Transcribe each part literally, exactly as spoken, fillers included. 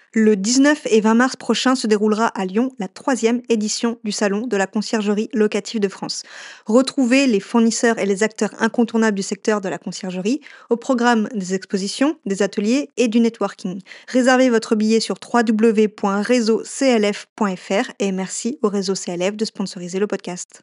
Le dix-neuf et vingt mars prochain se déroulera à Lyon la troisième édition du Salon de la conciergerie locative de France. Retrouvez les fournisseurs et les acteurs incontournables du secteur de la conciergerie au programme des expositions, des ateliers et du networking. Réservez votre billet sur w w w point réseau c l f point f r et merci au réseau C L F de sponsoriser le podcast.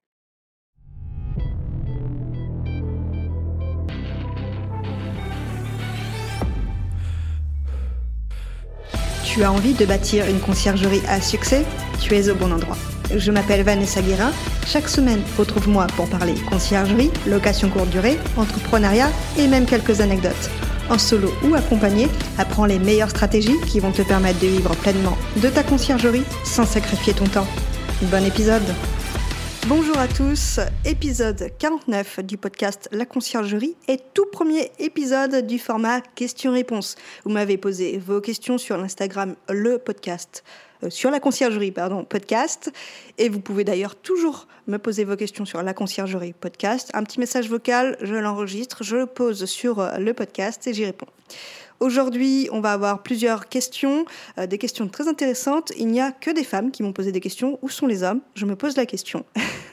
Tu as envie de bâtir une conciergerie à succès? Tu es au bon endroit. Je m'appelle Vanessa Guérin. Chaque semaine, retrouve-moi pour parler conciergerie, location courte durée, entrepreneuriat et même quelques anecdotes. En solo ou accompagné, apprends les meilleures stratégies qui vont te permettre de vivre pleinement de ta conciergerie sans sacrifier ton temps. Bon épisode! Bonjour à tous, épisode quarante-neuf du podcast La Conciergerie et tout premier épisode du format questions-réponses. Vous m'avez posé vos questions sur l'Instagram Le Podcast, euh, sur La Conciergerie, pardon, podcast. Et vous pouvez d'ailleurs toujours me poser vos questions sur La Conciergerie Podcast. Un petit message vocal, je l'enregistre, je le pose sur euh, le podcast et j'y réponds. Aujourd'hui, on va avoir plusieurs questions, euh, des questions très intéressantes. Il n'y a que des femmes qui m'ont posé des questions. Où sont les hommes? Je me pose la question.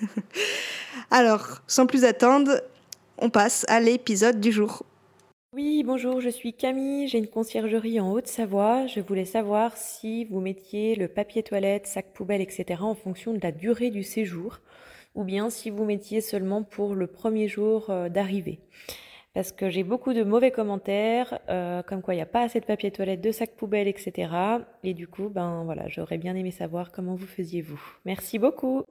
Alors, sans plus attendre, on passe à l'épisode du jour. Oui, bonjour, je suis Camille, j'ai une conciergerie en Haute-Savoie. Je voulais savoir si vous mettiez le papier toilette, sac poubelle, et cetera en fonction de la durée du séjour, ou bien si vous mettiez seulement pour le premier jour euh, d'arrivée. Parce que j'ai beaucoup de mauvais commentaires, euh, comme quoi il n'y a pas assez de papier toilette, de sac poubelle, et cetera. Et du coup, ben voilà, j'aurais bien aimé savoir comment vous faisiez vous. Merci beaucoup.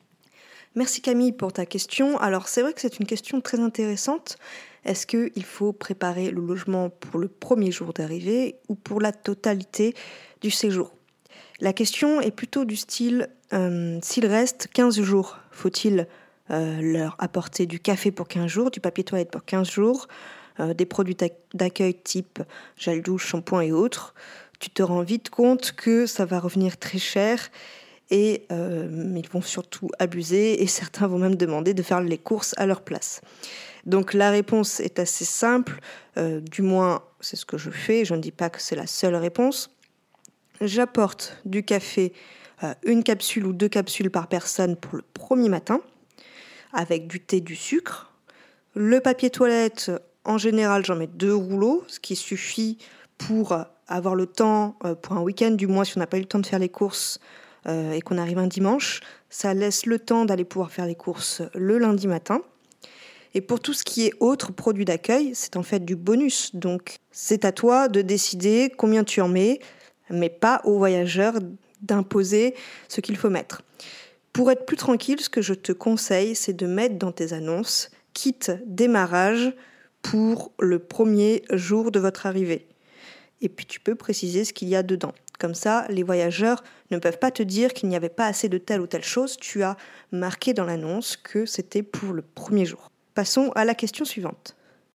Merci Camille pour ta question. Alors c'est vrai que c'est une question très intéressante. Est-ce qu'il faut préparer le logement pour le premier jour d'arrivée ou pour la totalité du séjour? La question est plutôt du style, euh, s'il reste quinze jours, faut-il euh, leur apporter du café pour quinze jours, du papier toilette pour quinze jours, euh, des produits d'accueil type gel douche, shampoing et autres? Tu te rends vite compte que ça va revenir très cher et euh, ils vont surtout abuser et certains vont même demander de faire les courses à leur place. Donc la réponse est assez simple, euh, du moins c'est ce que je fais, je ne dis pas que c'est la seule réponse. J'apporte du café, euh, une capsule ou deux capsules par personne pour le premier matin, avec du thé, du sucre. Le papier toilette, en général, j'en mets deux rouleaux, ce qui suffit pour avoir le temps, euh, pour un week-end du moins, si on n'a pas eu le temps de faire les courses euh, et qu'on arrive un dimanche. Ça laisse le temps d'aller pouvoir faire les courses le lundi matin. Et pour tout ce qui est autres produits d'accueil, c'est en fait du bonus. Donc c'est à toi de décider combien tu en mets, mais pas aux voyageurs d'imposer ce qu'il faut mettre. Pour être plus tranquille, ce que je te conseille, c'est de mettre dans tes annonces kit démarrage pour le premier jour de votre arrivée. Et puis tu peux préciser ce qu'il y a dedans. Comme ça, les voyageurs ne peuvent pas te dire qu'il n'y avait pas assez de telle ou telle chose. Tu as marqué dans l'annonce que c'était pour le premier jour. Passons à la question suivante.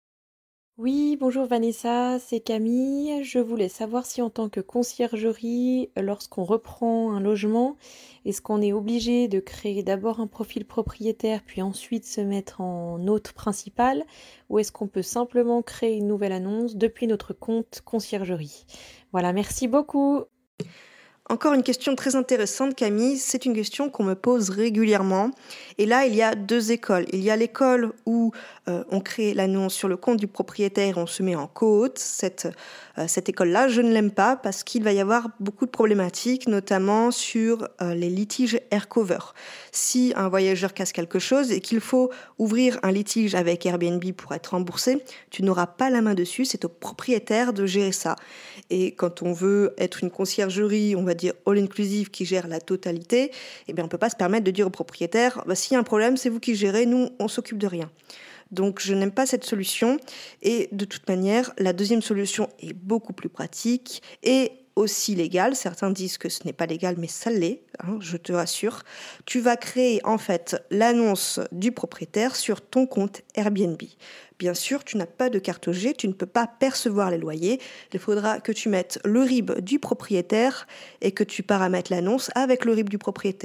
Oui, bonjour Vanessa, c'est Camille. Je voulais savoir si en tant que conciergerie, lorsqu'on reprend un logement, est-ce qu'on est obligé de créer d'abord un profil propriétaire puis ensuite se mettre en hôte principal, ou est-ce qu'on peut simplement créer une nouvelle annonce depuis notre compte conciergerie? Voilà, merci beaucoup. Encore une question très intéressante, Camille. C'est une question qu'on me pose régulièrement. Et là, il y a deux écoles. Il y a l'école où euh, on crée l'annonce sur le compte du propriétaire, on se met en co-hôte. Cette, euh, cette école-là, je ne l'aime pas parce qu'il va y avoir beaucoup de problématiques, notamment sur euh, les litiges air-cover. Si un voyageur casse quelque chose et qu'il faut ouvrir un litige avec Airbnb pour être remboursé, tu n'auras pas la main dessus. C'est au propriétaire de gérer ça. Et quand on veut être une conciergerie, on va dire all-inclusive qui gère la totalité, eh bien on ne peut pas se permettre de dire au propriétaire bah, s'il y a un problème, c'est vous qui gérez, nous, on s'occupe de rien. Donc je n'aime pas cette solution et de toute manière, la deuxième solution est beaucoup plus pratique et aussi légale. Certains disent que ce n'est pas légal, mais ça l'est, hein, je te rassure. Tu vas créer en fait l'annonce du propriétaire sur ton compte Airbnb. Bien sûr, tu n'as pas de carte G, tu ne peux pas percevoir les loyers. Il faudra que tu mettes le R I B du propriétaire et que tu paramètres l'annonce avec le R I B du propriétaire.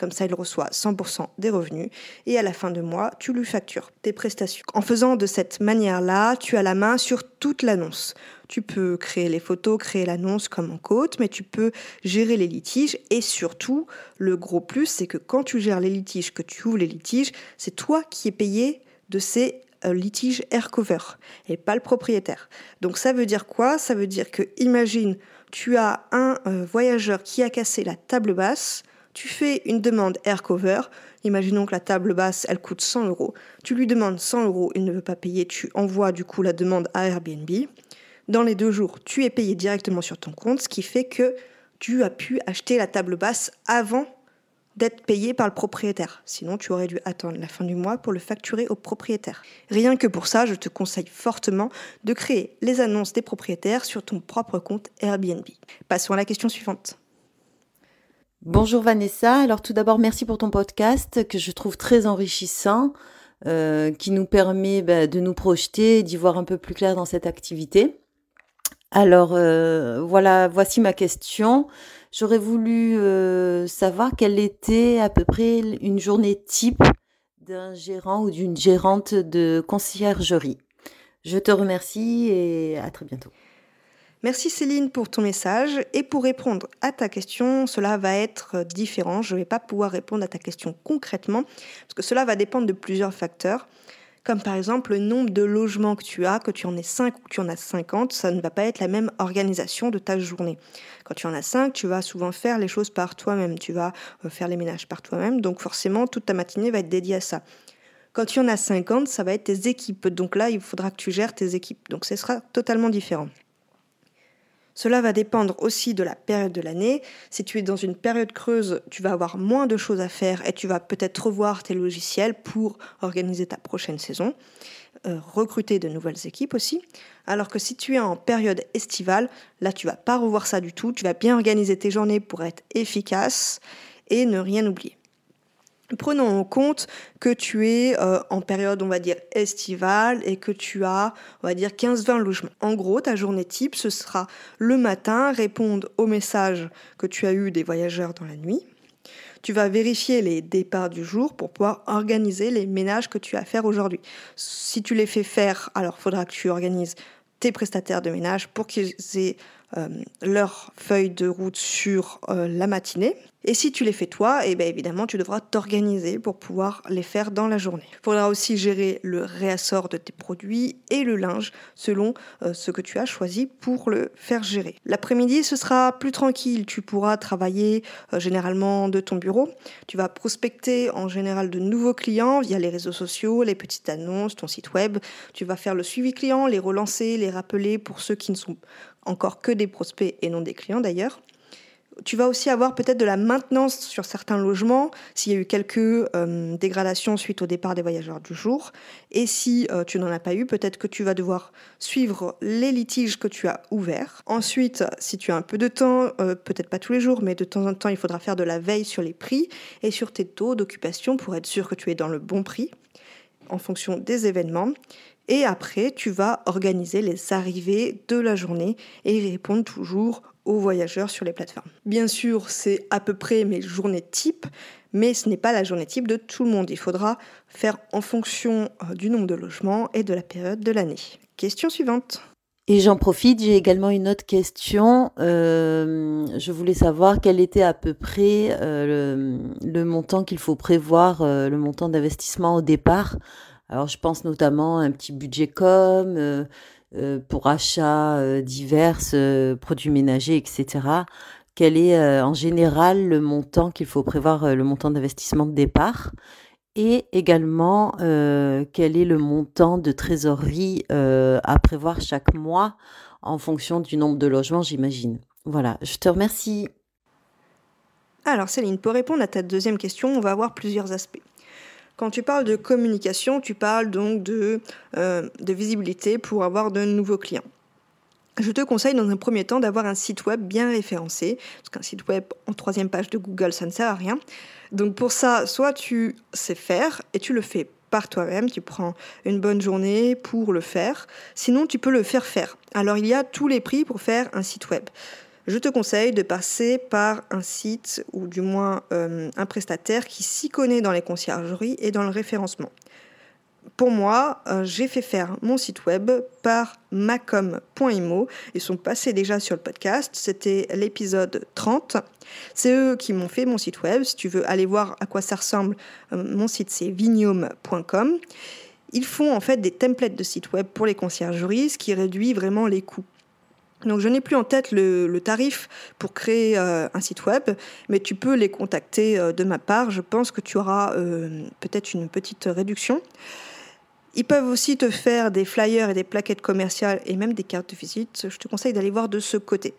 Comme ça, il reçoit cent pour cent des revenus et à la fin de mois, tu lui factures tes prestations. En faisant de cette manière-là, tu as la main sur toute l'annonce. Tu peux créer les photos, créer l'annonce comme en quote, mais tu peux gérer les litiges et surtout, le gros plus, c'est que quand tu gères les litiges, que tu ouvres les litiges, c'est toi qui es payé de ces euh, litiges aircover et pas le propriétaire. Donc ça veut dire quoi ? Ça veut dire que, imagine, tu as un euh, voyageur qui a cassé la table basse, tu fais une demande aircover, imaginons que la table basse, elle coûte cent euros, tu lui demandes cent euros, il ne veut pas payer, tu envoies du coup la demande à Airbnb. Dans les deux jours, tu es payé directement sur ton compte, ce qui fait que tu as pu acheter la table basse avant d'être payé par le propriétaire. Sinon, tu aurais dû attendre la fin du mois pour le facturer au propriétaire. Rien que pour ça, je te conseille fortement de créer les annonces des propriétaires sur ton propre compte Airbnb. Passons à la question suivante. Bonjour Vanessa, alors tout d'abord merci pour ton podcast que je trouve très enrichissant, euh, qui nous permet bah, de nous projeter, d'y voir un peu plus clair dans cette activité. Alors euh, voilà, voici ma question. J'aurais voulu euh, savoir quelle était à peu près une journée type d'un gérant ou d'une gérante de conciergerie. Je te remercie et à très bientôt. Merci Céline pour ton message et pour répondre à ta question, cela va être différent. Je ne vais pas pouvoir répondre à ta question concrètement parce que cela va dépendre de plusieurs facteurs. Comme par exemple le nombre de logements que tu as, que tu en aies cinq ou que tu en as cinquante, ça ne va pas être la même organisation de ta journée. Quand tu en as cinq, tu vas souvent faire les choses par toi-même, tu vas faire les ménages par toi-même, donc forcément toute ta matinée va être dédiée à ça. Quand tu en as cinquante, ça va être tes équipes, donc là il faudra que tu gères tes équipes, donc ce sera totalement différent. Cela va dépendre aussi de la période de l'année. Si tu es dans une période creuse, tu vas avoir moins de choses à faire et tu vas peut-être revoir tes logiciels pour organiser ta prochaine saison, euh, recruter de nouvelles équipes aussi. Alors que si tu es en période estivale, là tu vas pas revoir ça du tout, tu vas bien organiser tes journées pour être efficace et ne rien oublier. Prenons en compte que tu es euh, en période, on va dire, estivale et que tu as, on va dire, quinze vingt logements. En gros, ta journée type, ce sera le matin, répondre aux messages que tu as eus des voyageurs dans la nuit. Tu vas vérifier les départs du jour pour pouvoir organiser les ménages que tu as à faire aujourd'hui. Si tu les fais faire, alors il faudra que tu organises tes prestataires de ménage pour qu'ils aient euh, leur feuille de route sur euh, la matinée. Et si tu les fais toi, eh bien évidemment, tu devras t'organiser pour pouvoir les faire dans la journée. Il faudra aussi gérer le réassort de tes produits et le linge selon euh, ce que tu as choisi pour le faire gérer. L'après-midi, ce sera plus tranquille. Tu pourras travailler euh, généralement de ton bureau. Tu vas prospecter en général de nouveaux clients via les réseaux sociaux, les petites annonces, ton site web. Tu vas faire le suivi client, les relancer, les rappeler pour ceux qui ne sont encore que des prospects et non des clients d'ailleurs. Tu vas aussi avoir peut-être de la maintenance sur certains logements, s'il y a eu quelques euh, dégradations suite au départ des voyageurs du jour. Et si euh, tu n'en as pas eu, peut-être que tu vas devoir suivre les litiges que tu as ouverts. Ensuite, si tu as un peu de temps, euh, peut-être pas tous les jours, mais de temps en temps, il faudra faire de la veille sur les prix et sur tes taux d'occupation pour être sûr que tu es dans le bon prix en fonction des événements. Et après, tu vas organiser les arrivées de la journée et répondre toujours aux voyageurs sur les plateformes. Bien sûr, c'est à peu près mes journées type, mais ce n'est pas la journée type de tout le monde. Il faudra faire en fonction du nombre de logements et de la période de l'année. Question suivante. Et j'en profite, j'ai également une autre question. Euh, je voulais savoir quel était à peu près euh, le, le montant qu'il faut prévoir, euh, le montant d'investissement au départ. Alors, je pense notamment à un petit budget com, euh, euh, pour achats euh, divers, euh, produits ménagers, et cetera. Quel est euh, en général le montant qu'il faut prévoir, euh, le montant d'investissement de départ? Et également, euh, quel est le montant de trésorerie euh, à prévoir chaque mois en fonction du nombre de logements, j'imagine. Voilà, je te remercie. Alors Céline, pour répondre à ta deuxième question, on va avoir plusieurs aspects. Quand tu parles de communication, tu parles donc de, euh, de visibilité pour avoir de nouveaux clients. Je te conseille dans un premier temps d'avoir un site web bien référencé, parce qu'un site web en troisième page de Google, ça ne sert à rien. Donc pour ça, soit tu sais faire et tu le fais par toi-même, tu prends une bonne journée pour le faire, sinon tu peux le faire faire. Alors il y a tous les prix pour faire un site web. je te conseille de passer par un site ou du moins euh, un prestataire qui s'y connaît dans les conciergeries et dans le référencement. Pour moi, euh, j'ai fait faire mon site web par macom point imo. Ils sont passés déjà sur le podcast. C'était l'épisode trente. C'est eux qui m'ont fait mon site web. Si tu veux aller voir à quoi ça ressemble, euh, mon site c'est vignome point com. Ils font en fait des templates de site web pour les conciergeries, ce qui réduit vraiment les coûts. Donc je n'ai plus en tête le, le tarif pour créer euh, un site web, mais tu peux les contacter euh, de ma part. Je pense que tu auras euh, peut-être une petite réduction. Ils peuvent aussi te faire des flyers et des plaquettes commerciales et même des cartes de visite. Je te conseille d'aller voir de ce côté.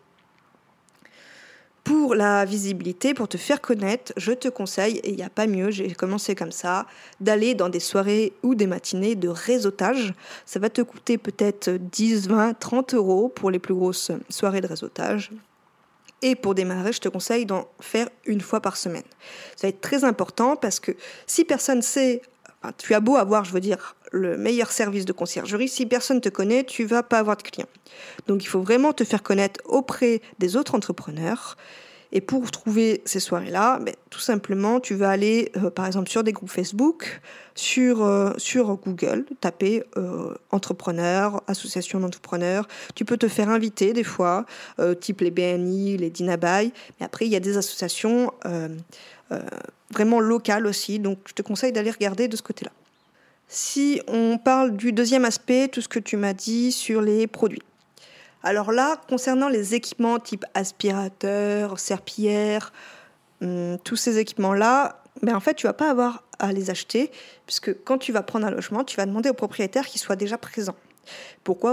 Pour la visibilité, pour te faire connaître, je te conseille, et il n'y a pas mieux, j'ai commencé comme ça, d'aller dans des soirées ou des matinées de réseautage. Ça va te coûter peut-être dix, vingt, trente euros pour les plus grosses soirées de réseautage. Et pour démarrer, je te conseille d'en faire une fois par semaine. Ça va être très important parce que si personne ne sait, enfin, tu as beau avoir, je veux dire, le meilleur service de conciergerie, si personne ne te connaît, tu ne vas pas avoir de clients. Donc il faut vraiment te faire connaître auprès des autres entrepreneurs. Et pour trouver ces soirées-là, ben, tout simplement, tu vas aller, euh, par exemple, sur des groupes Facebook, sur, euh, sur Google, taper euh, entrepreneurs, association d'entrepreneurs. Tu peux te faire inviter des fois, euh, type les B N I, les Dinabai. Mais après, il y a des associations euh, euh, vraiment locales aussi. Donc, je te conseille d'aller regarder de ce côté-là. Si on parle du deuxième aspect, tout ce que tu m'as dit sur les produits. Alors là, concernant les équipements type aspirateur, serpillière, hum, tous ces équipements-là, ben en fait, tu ne vas pas avoir à les acheter, puisque quand tu vas prendre un logement, tu vas demander au propriétaire qu'il soit déjà présent. Pourquoi ?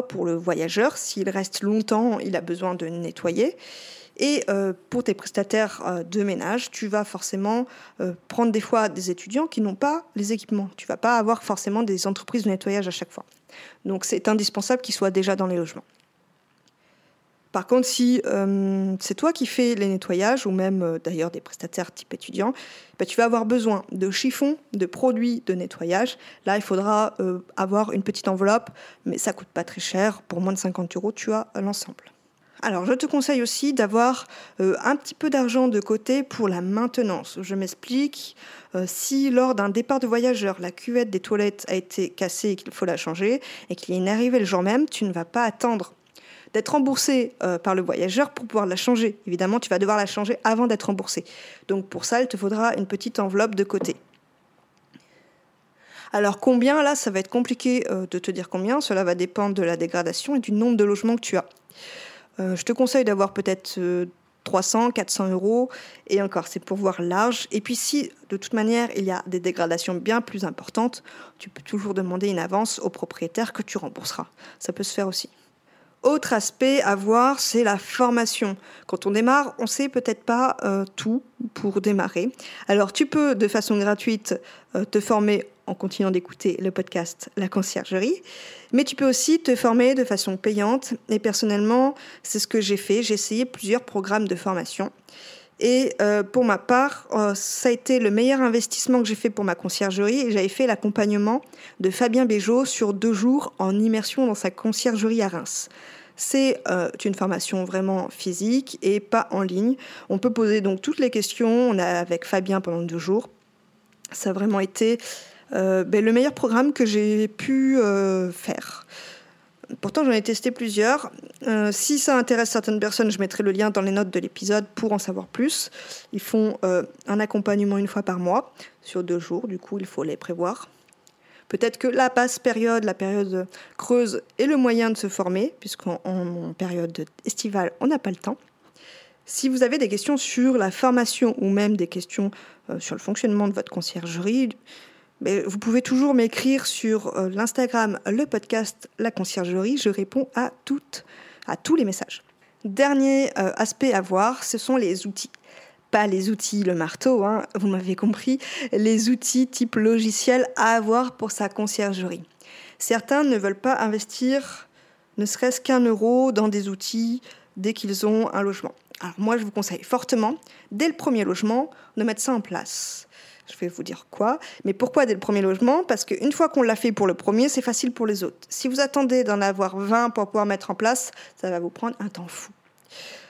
Pour le voyageur, s'il reste longtemps, il a besoin de nettoyer. Et euh, pour tes prestataires euh, de ménage, tu vas forcément euh, prendre des fois des étudiants qui n'ont pas les équipements. Tu ne vas pas avoir forcément des entreprises de nettoyage à chaque fois. Donc c'est indispensable qu'ils soient déjà dans les logements. Par contre, si euh, c'est toi qui fais les nettoyages, ou même euh, d'ailleurs des prestataires type étudiant, bah, tu vas avoir besoin de chiffons, de produits de nettoyage. Là, il faudra euh, avoir une petite enveloppe, mais ça ne coûte pas très cher. Pour moins de cinquante euros, tu as l'ensemble. Alors, je te conseille aussi d'avoir euh, un petit peu d'argent de côté pour la maintenance. Je m'explique. Euh, si lors d'un départ de voyageur, la cuvette des toilettes a été cassée et qu'il faut la changer, et qu'il y a une arrivée le jour même, tu ne vas pas attendre d'être remboursé euh, par le voyageur pour pouvoir la changer. Évidemment, tu vas devoir la changer avant d'être remboursé. Donc pour ça, il te faudra une petite enveloppe de côté. Alors combien, là, ça va être compliqué euh, de te dire combien. Cela va dépendre de la dégradation et du nombre de logements que tu as. Euh, je te conseille d'avoir peut-être euh, trois cents, quatre cents euros. Et encore, c'est pour voir large. Et puis si, de toute manière, il y a des dégradations bien plus importantes, tu peux toujours demander une avance au propriétaire que tu rembourseras. Ça peut se faire aussi. Autre aspect à voir, c'est la formation. Quand on démarre, on ne sait peut-être pas euh, tout pour démarrer. Alors, tu peux de façon gratuite euh, te former en continuant d'écouter le podcast La Conciergerie, mais tu peux aussi te former de façon payante. Et personnellement, c'est ce que j'ai fait. J'ai essayé plusieurs programmes de formation. Et euh, pour ma part, euh, ça a été le meilleur investissement que j'ai fait pour ma conciergerie. Et j'avais fait l'accompagnement de Fabien Béjot sur deux jours en immersion dans sa conciergerie à Reims. C'est euh, une formation vraiment physique et pas en ligne. On peut poser donc toutes les questions. On est avec Fabien pendant deux jours. Ça a vraiment été euh, ben, le meilleur programme que j'ai pu euh, faire. Pourtant, j'en ai testé plusieurs. Euh, si ça intéresse certaines personnes, je mettrai le lien dans les notes de l'épisode pour en savoir plus. Ils font euh, un accompagnement une fois par mois, sur deux jours. Du coup, il faut les prévoir. Peut-être que la basse période, la période creuse, est le moyen de se former, puisqu'en en période estivale, on n'a pas le temps. Si vous avez des questions sur la formation ou même des questions euh, sur le fonctionnement de votre conciergerie, mais vous pouvez toujours m'écrire sur euh, l'Instagram, le podcast La Conciergerie. Je réponds à, toutes, à tous les messages. Dernier euh, aspect à voir, ce sont les outils. Pas les outils, le marteau, hein, vous m'avez compris, les outils type logiciel à avoir pour sa conciergerie. Certains ne veulent pas investir ne serait-ce qu'un euro dans des outils dès qu'ils ont un logement. Alors moi, je vous conseille fortement, dès le premier logement, de mettre ça en place. Je vais vous dire quoi. Mais pourquoi dès le premier logement ? Parce qu'une fois qu'on l'a fait pour le premier, c'est facile pour les autres. Si vous attendez d'en avoir vingt pour pouvoir mettre en place, ça va vous prendre un temps fou.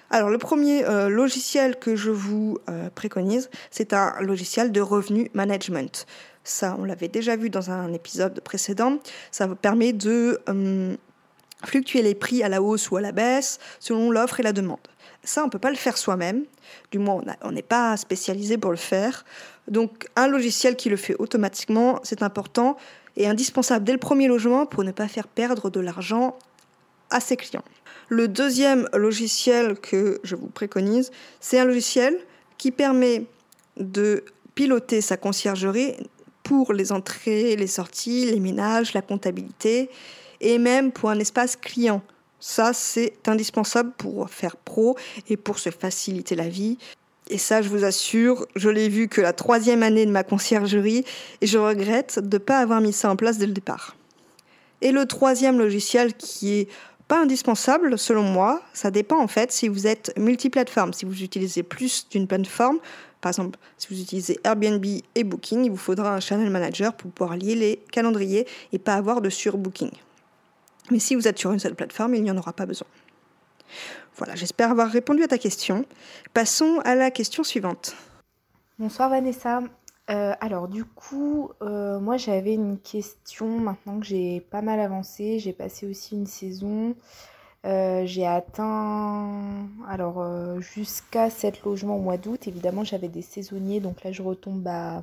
Alors, le premier euh, logiciel que je vous euh, préconise, c'est un logiciel de revenu management. Ça, on l'avait déjà vu dans un épisode précédent. Ça vous permet de euh, fluctuer les prix à la hausse ou à la baisse selon l'offre et la demande. Ça, on ne peut pas le faire soi-même. Du moins, on n'est pas spécialisé pour le faire. Donc, un logiciel qui le fait automatiquement, c'est important et indispensable dès le premier logement pour ne pas faire perdre de l'argent à ses clients. Le deuxième logiciel que je vous préconise, c'est un logiciel qui permet de piloter sa conciergerie pour les entrées, les sorties, les ménages, la comptabilité et même pour un espace client. Ça, c'est indispensable pour faire pro et pour se faciliter la vie. Et ça, je vous assure, je l'ai vu que la troisième année de ma conciergerie et je regrette de ne pas avoir mis ça en place dès le départ. Et le troisième logiciel qui est pas indispensable, selon moi, ça dépend en fait si vous êtes multiplateforme, si vous utilisez plus d'une plateforme. Par exemple, si vous utilisez Airbnb et Booking, il vous faudra un channel manager pour pouvoir lier les calendriers et pas avoir de surbooking. Mais si vous êtes sur une seule plateforme, il n'y en aura pas besoin. Voilà, j'espère avoir répondu à ta question. Passons à la question suivante. Bonsoir Vanessa. Euh, alors du coup, euh, moi j'avais une question maintenant que j'ai pas mal avancé. J'ai passé aussi une saison. Euh, j'ai atteint alors euh, jusqu'à sept logements au mois d'août. Évidemment, j'avais des saisonniers, donc là je retombe à...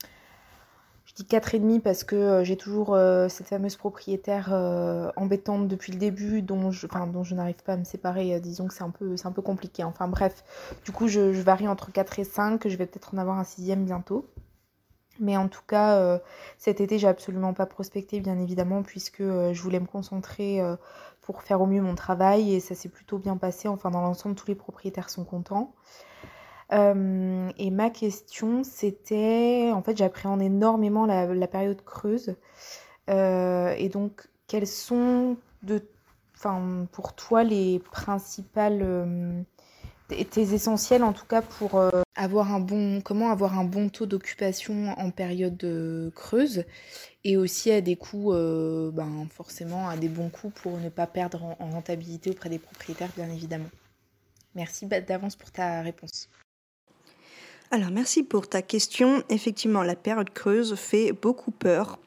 Je dis quatre virgule cinq parce que euh, j'ai toujours euh, cette fameuse propriétaire euh, embêtante depuis le début dont je, enfin, dont je n'arrive pas à me séparer. Euh, disons que c'est un peu, c'est un peu compliqué. Enfin bref, du coup je, je varie entre quatre et cinq. Je vais peut-être en avoir un sixième bientôt. Mais en tout cas, euh, cet été, j'ai absolument pas prospecté, bien évidemment, puisque euh, je voulais me concentrer euh, pour faire au mieux mon travail. Et ça s'est plutôt bien passé. Enfin, dans l'ensemble, tous les propriétaires sont contents. Euh, et ma question, c'était... En fait, j'appréhende énormément la, la période creuse. Euh, et donc, quelles sont, de, enfin, pour toi, les principales... Euh, tes essentiels, en tout cas, pour euh, avoir un bon... Comment avoir un bon taux d'occupation en période euh, creuse. Et aussi à des coûts, euh, ben, forcément, à des bons coûts pour ne pas perdre en, en rentabilité auprès des propriétaires, bien évidemment. Merci d'avance pour ta réponse. Alors, merci pour ta question. Effectivement, la période creuse fait beaucoup peur.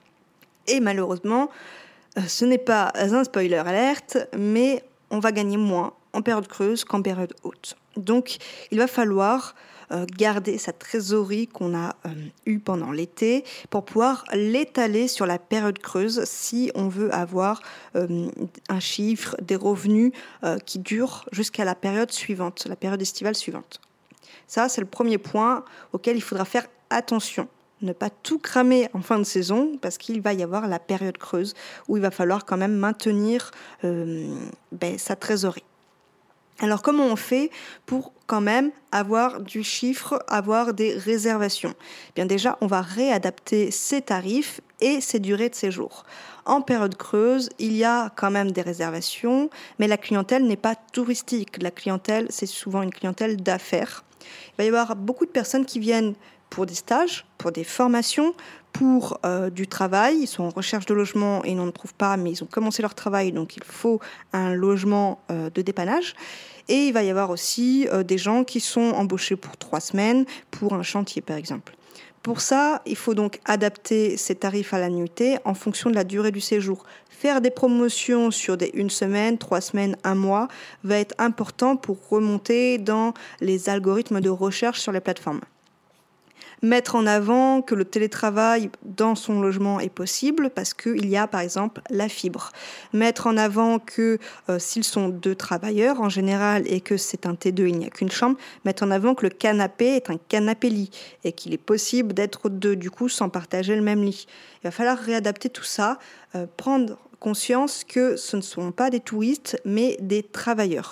Et malheureusement, ce n'est pas un spoiler alerte, mais on va gagner moins en période creuse qu'en période haute. Donc, il va falloir euh, garder sa trésorerie qu'on a euh, eue pendant l'été pour pouvoir l'étaler sur la période creuse si on veut avoir euh, un chiffre, des revenus euh, qui durent jusqu'à la période suivante, la période estivale suivante. Ça, c'est le premier point auquel il faudra faire attention. Ne pas tout cramer en fin de saison parce qu'il va y avoir la période creuse où il va falloir quand même maintenir euh, ben, sa trésorerie. Alors comment on fait pour quand même avoir du chiffre, avoir des réservations ? Bien déjà, on va réadapter ses tarifs et ses durées de séjour. En période creuse, il y a quand même des réservations, mais la clientèle n'est pas touristique. La clientèle, c'est souvent une clientèle d'affaires. Il va y avoir beaucoup de personnes qui viennent pour des stages, pour des formations, pour euh, du travail. Ils sont en recherche de logement et n'en ne trouvent pas, mais ils ont commencé leur travail, donc il faut un logement euh, de dépannage. Et il va y avoir aussi euh, des gens qui sont embauchés pour trois semaines, pour un chantier par exemple. Pour ça, il faut donc adapter ces tarifs à la nuitée en fonction de la durée du séjour. Faire des promotions sur des une semaine, trois semaines, un mois va être important pour remonter dans les algorithmes de recherche sur les plateformes. Mettre en avant que le télétravail dans son logement est possible parce qu'il y a par exemple la fibre. Mettre en avant que euh, s'ils sont deux travailleurs en général et que c'est un T deux, il n'y a qu'une chambre. Mettre en avant que le canapé est un canapé-lit et qu'il est possible d'être deux du coup sans partager le même lit. Il va falloir réadapter tout ça, euh, prendre conscience que ce ne sont pas des touristes mais des travailleurs.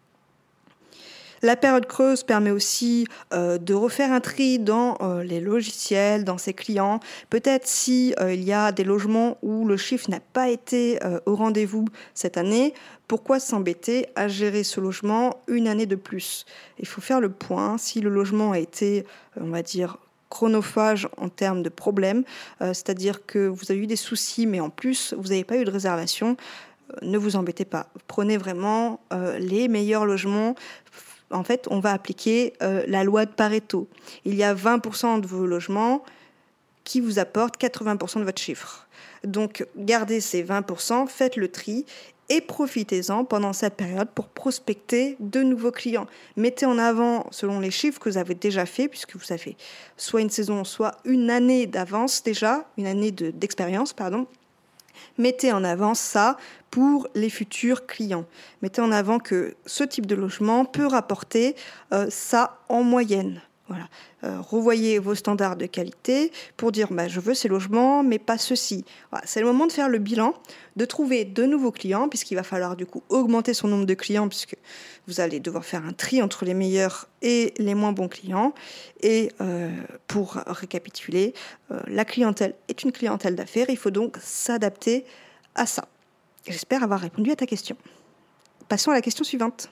La période creuse permet aussi euh, de refaire un tri dans euh, les logiciels, dans ses clients. Peut-être si euh, il y a des logements où le chiffre n'a pas été euh, au rendez-vous cette année, pourquoi s'embêter à gérer ce logement une année de plus ? Il faut faire le point. Si le logement a été, on va dire, chronophage en termes de problèmes, euh, c'est-à-dire que vous avez eu des soucis, mais en plus, vous n'avez pas eu de réservation, ne vous embêtez pas. Prenez vraiment euh, les meilleurs logements. En fait, on va appliquer euh, la loi de Pareto. Il y a vingt pour cent de vos logements qui vous apportent quatre-vingts pour cent de votre chiffre. Donc, gardez ces vingt pour cent, faites le tri et profitez-en pendant cette période pour prospecter de nouveaux clients. Mettez en avant, selon les chiffres que vous avez déjà fait, puisque vous avez soit une saison, soit une année d'avance déjà, une année de, d'expérience, pardon. Mettez en avant ça pour les futurs clients. Mettez en avant que ce type de logement peut rapporter euh, ça en moyenne. Voilà. Euh, revoyez vos standards de qualité pour dire bah, je veux ces logements, mais pas ceux-ci. Voilà. C'est le moment de faire le bilan, de trouver de nouveaux clients, puisqu'il va falloir du coup augmenter son nombre de clients, puisque vous allez devoir faire un tri entre les meilleurs et les moins bons clients. Et euh, pour récapituler, euh, la clientèle est une clientèle d'affaires, il faut donc s'adapter à ça. J'espère avoir répondu à ta question. Passons à la question suivante.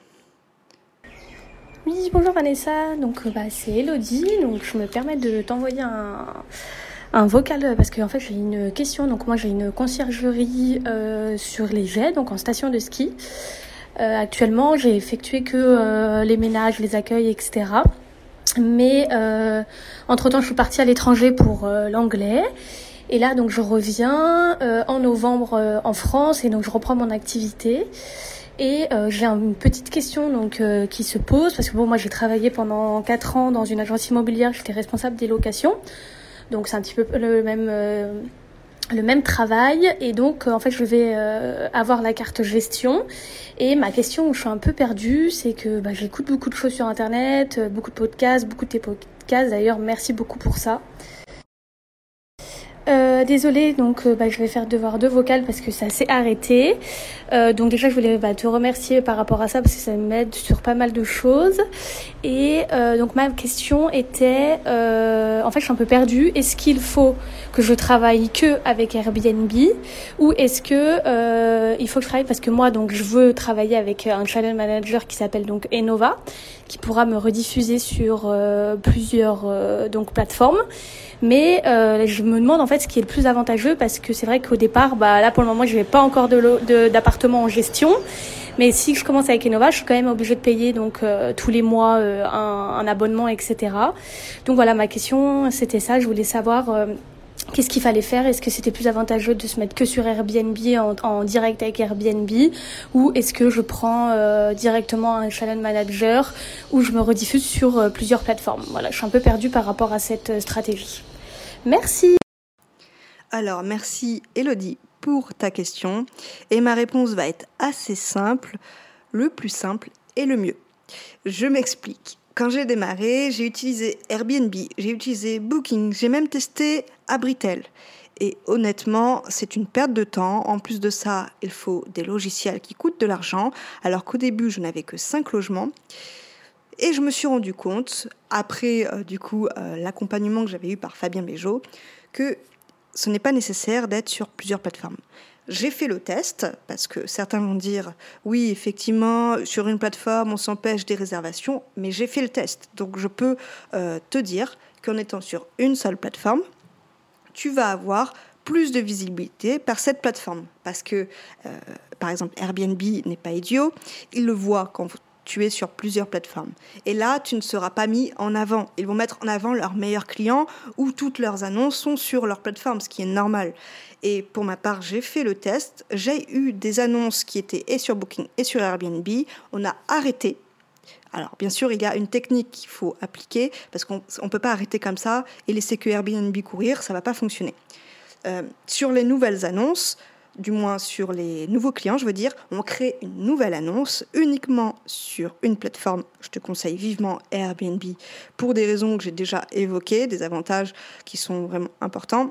Oui, bonjour Vanessa, donc bah, c'est Elodie, donc je me permets de t'envoyer un, un vocal parce que en fait j'ai une question. Donc moi j'ai une conciergerie euh, sur les jets, donc en station de ski. Euh, actuellement j'ai effectué que euh, les ménages, les accueils, et cetera. Mais euh, entre temps je suis partie à l'étranger pour euh, l'anglais. Et là donc je reviens euh, en novembre euh, en France et donc je reprends mon activité. Et euh, j'ai une petite question donc euh, qui se pose parce que bon moi j'ai travaillé pendant quatre ans dans une agence immobilière, j'étais responsable des locations, donc c'est un petit peu le même euh, le même travail et donc euh, en fait je vais euh, avoir la carte gestion et ma question où je suis un peu perdue c'est que bah, j'écoute beaucoup de choses sur internet, euh, beaucoup de podcasts, beaucoup de tes podcasts d'ailleurs, merci beaucoup pour ça. Euh, désolée, donc euh, bah, je vais faire devoir deux vocales parce que ça s'est arrêté. Euh, donc déjà, je voulais bah, te remercier par rapport à ça parce que ça m'aide sur pas mal de choses. Et euh, donc ma question était, euh, en fait, je suis un peu perdue. Est-ce qu'il faut que je travaille que avec Airbnb ou est-ce que euh, il faut que je travaille parce que moi, donc, je veux travailler avec un channel manager qui s'appelle donc Enova, qui pourra me rediffuser sur euh, plusieurs euh, donc plateformes. Mais euh, je me demande en fait ce qui est le plus avantageux parce que c'est vrai qu'au départ, bah là pour le moment, je n'ai pas encore de, lo- de d'appartement en gestion. Mais si je commence avec Enova, je suis quand même obligée de payer donc euh, tous les mois euh, un, un abonnement, et cetera. Donc voilà, ma question c'était ça. Je voulais savoir euh, qu'est-ce qu'il fallait faire. Est-ce que c'était plus avantageux de se mettre que sur Airbnb en, en direct avec Airbnb ou est-ce que je prends euh, directement un channel manager ou je me rediffuse sur euh, plusieurs plateformes. Voilà, je suis un peu perdue par rapport à cette euh, stratégie. Merci. Alors, merci Elodie pour ta question. Et ma réponse va être assez simple, le plus simple et le mieux. Je m'explique. Quand j'ai démarré, j'ai utilisé Airbnb, j'ai utilisé Booking, j'ai même testé Abritel. Et honnêtement, c'est une perte de temps. En plus de ça, il faut des logiciels qui coûtent de l'argent, alors qu'au début, je n'avais que cinq logements. Et je me suis rendu compte, après euh, du coup euh, l'accompagnement que j'avais eu par Fabien Béjot, que ce n'est pas nécessaire d'être sur plusieurs plateformes. J'ai fait le test, parce que certains vont dire, oui, effectivement, sur une plateforme, on s'empêche des réservations, mais j'ai fait le test. Donc je peux euh, te dire qu'en étant sur une seule plateforme, tu vas avoir plus de visibilité par cette plateforme. Parce que, euh, par exemple, Airbnb n'est pas idiot, il le voit quand tu es sur plusieurs plateformes. Et là, tu ne seras pas mis en avant. Ils vont mettre en avant leurs meilleurs clients ou toutes leurs annonces sont sur leur plateforme, ce qui est normal. Et pour ma part, j'ai fait le test. J'ai eu des annonces qui étaient et sur Booking et sur Airbnb. On a arrêté. Alors, bien sûr, il y a une technique qu'il faut appliquer parce qu'on ne peut pas arrêter comme ça et laisser que Airbnb courir, ça ne va pas fonctionner. Euh, sur les nouvelles annonces, du moins sur les nouveaux clients, je veux dire, on crée une nouvelle annonce uniquement sur une plateforme. Je te conseille vivement Airbnb pour des raisons que j'ai déjà évoquées, des avantages qui sont vraiment importants.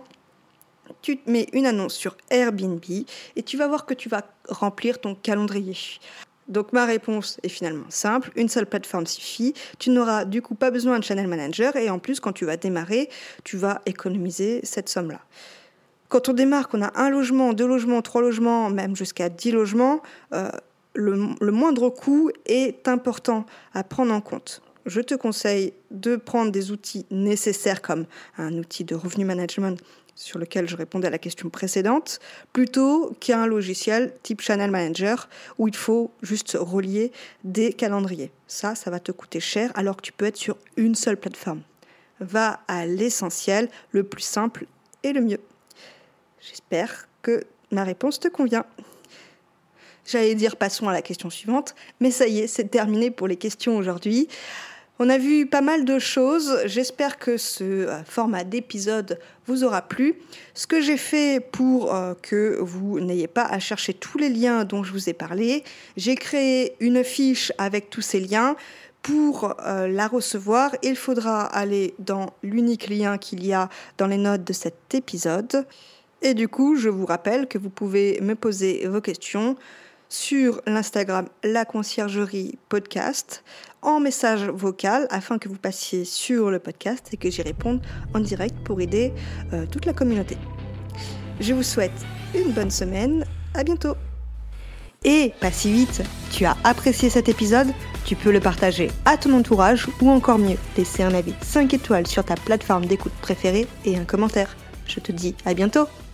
Tu mets une annonce sur Airbnb et tu vas voir que tu vas remplir ton calendrier. Donc ma réponse est finalement simple, une seule plateforme suffit, tu n'auras du coup pas besoin de channel manager et en plus quand tu vas démarrer, tu vas économiser cette somme-là. Quand on démarre, qu'on a un logement, deux logements, trois logements, même jusqu'à dix logements, euh, le, le moindre coût est important à prendre en compte. Je te conseille de prendre des outils nécessaires comme un outil de revenu management sur lequel je répondais à la question précédente, plutôt qu'un logiciel type Channel Manager où il faut juste relier des calendriers. Ça, ça va te coûter cher alors que tu peux être sur une seule plateforme. Va à l'essentiel, le plus simple et le mieux. J'espère que ma réponse te convient. J'allais dire passons à la question suivante, mais ça y est, c'est terminé pour les questions aujourd'hui. On a vu pas mal de choses, j'espère que ce format d'épisode vous aura plu. Ce que j'ai fait pour euh, que vous n'ayez pas à chercher tous les liens dont je vous ai parlé, j'ai créé une fiche avec tous ces liens. Pour euh, la recevoir, il faudra aller dans l'unique lien qu'il y a dans les notes de cet épisode. Et du coup, je vous rappelle que vous pouvez me poser vos questions sur l'Instagram La Conciergerie Podcast en message vocal afin que vous passiez sur le podcast et que j'y réponde en direct pour aider euh, toute la communauté. Je vous souhaite une bonne semaine, à bientôt. Et pas si vite, tu as apprécié cet épisode ? Tu peux le partager à ton entourage ou encore mieux, laisser un avis cinq étoiles sur ta plateforme d'écoute préférée et un commentaire. Je te dis à bientôt.